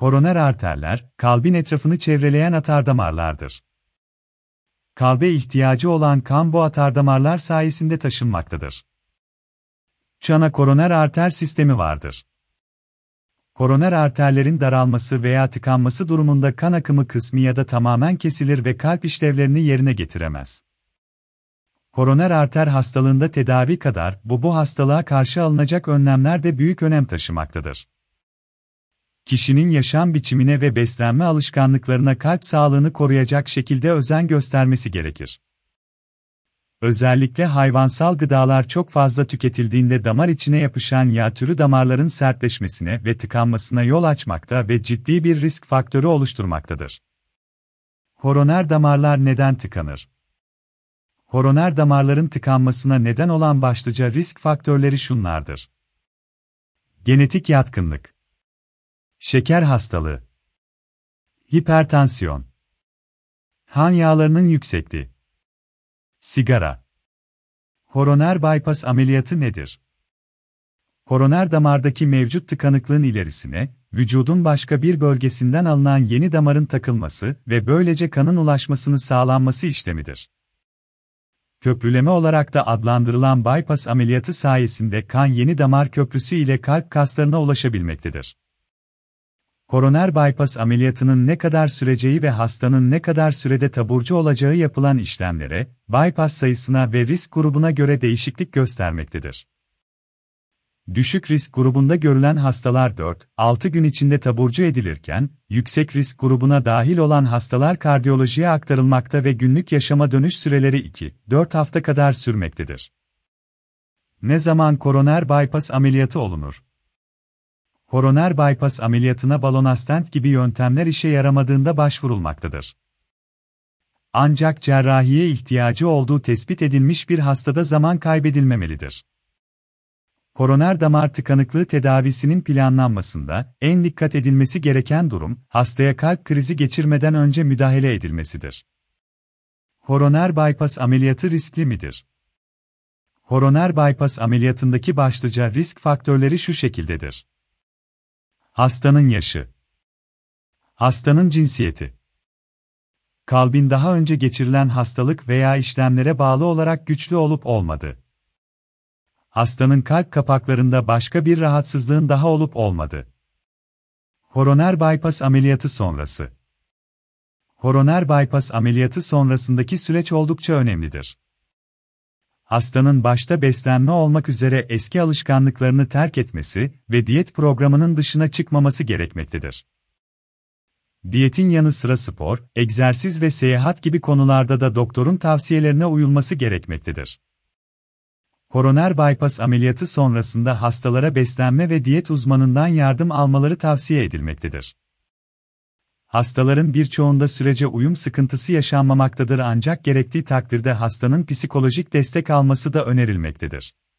Koroner arterler, kalbin etrafını çevreleyen atardamarlardır. Kalbe ihtiyacı olan kan bu atardamarlar sayesinde taşınmaktadır. 3 ana koroner arter sistemi vardır. Koroner arterlerin daralması veya tıkanması durumunda kan akımı kısmi ya da tamamen kesilir ve kalp işlevlerini yerine getiremez. Koroner arter hastalığında tedavi kadar bu hastalığa karşı alınacak önlemler de büyük önem taşımaktadır. Kişinin yaşam biçimine ve beslenme alışkanlıklarına kalp sağlığını koruyacak şekilde özen göstermesi gerekir. Özellikle hayvansal gıdalar çok fazla tüketildiğinde damar içine yapışan yağ türü damarların sertleşmesine ve tıkanmasına yol açmakta ve ciddi bir risk faktörü oluşturmaktadır. Koroner damarlar neden tıkanır? Koroner damarların tıkanmasına neden olan başlıca risk faktörleri şunlardır: genetik yatkınlık, şeker hastalığı, hipertansiyon, kan yağlarının yüksekliği, sigara. Koroner bypass ameliyatı nedir? Koroner damardaki mevcut tıkanıklığın ilerisine, vücudun başka bir bölgesinden alınan yeni damarın takılması ve böylece kanın ulaşmasını sağlanması işlemidir. Köprüleme olarak da adlandırılan bypass ameliyatı sayesinde kan yeni damar köprüsü ile kalp kaslarına ulaşabilmektedir. Koroner bypass ameliyatının ne kadar süreceği ve hastanın ne kadar sürede taburcu olacağı yapılan işlemlere, bypass sayısına ve risk grubuna göre değişiklik göstermektedir. Düşük risk grubunda görülen hastalar 4-6 gün içinde taburcu edilirken, yüksek risk grubuna dahil olan hastalar kardiyolojiye aktarılmakta ve günlük yaşama dönüş süreleri 2-4 hafta kadar sürmektedir. Ne zaman koroner bypass ameliyatı olunur? Koroner bypass ameliyatına balon stent gibi yöntemler işe yaramadığında başvurulmaktadır. Ancak cerrahiye ihtiyacı olduğu tespit edilmiş bir hastada zaman kaybedilmemelidir. Koroner damar tıkanıklığı tedavisinin planlanmasında en dikkat edilmesi gereken durum, hastaya kalp krizi geçirmeden önce müdahale edilmesidir. Koroner bypass ameliyatı riskli midir? Koroner bypass ameliyatındaki başlıca risk faktörleri şu şekildedir: hastanın yaşı, hastanın cinsiyeti, kalbin daha önce geçirilen hastalık veya işlemlere bağlı olarak güçlü olup olmadığı, hastanın kalp kapaklarında başka bir rahatsızlığın daha olup olmadığı. Koroner bypass ameliyatı sonrası. Koroner bypass ameliyatı sonrasındaki süreç oldukça önemlidir. Hastanın başta beslenme olmak üzere eski alışkanlıklarını terk etmesi ve diyet programının dışına çıkmaması gerekmektedir. Diyetin yanı sıra spor, egzersiz ve seyahat gibi konularda da doktorun tavsiyelerine uyulması gerekmektedir. Koroner bypass ameliyatı sonrasında hastalara beslenme ve diyet uzmanından yardım almaları tavsiye edilmektedir. Hastaların birçoğunda sürece uyum sıkıntısı yaşanmamaktadır ancak gerektiği takdirde hastanın psikolojik destek alması da önerilmektedir.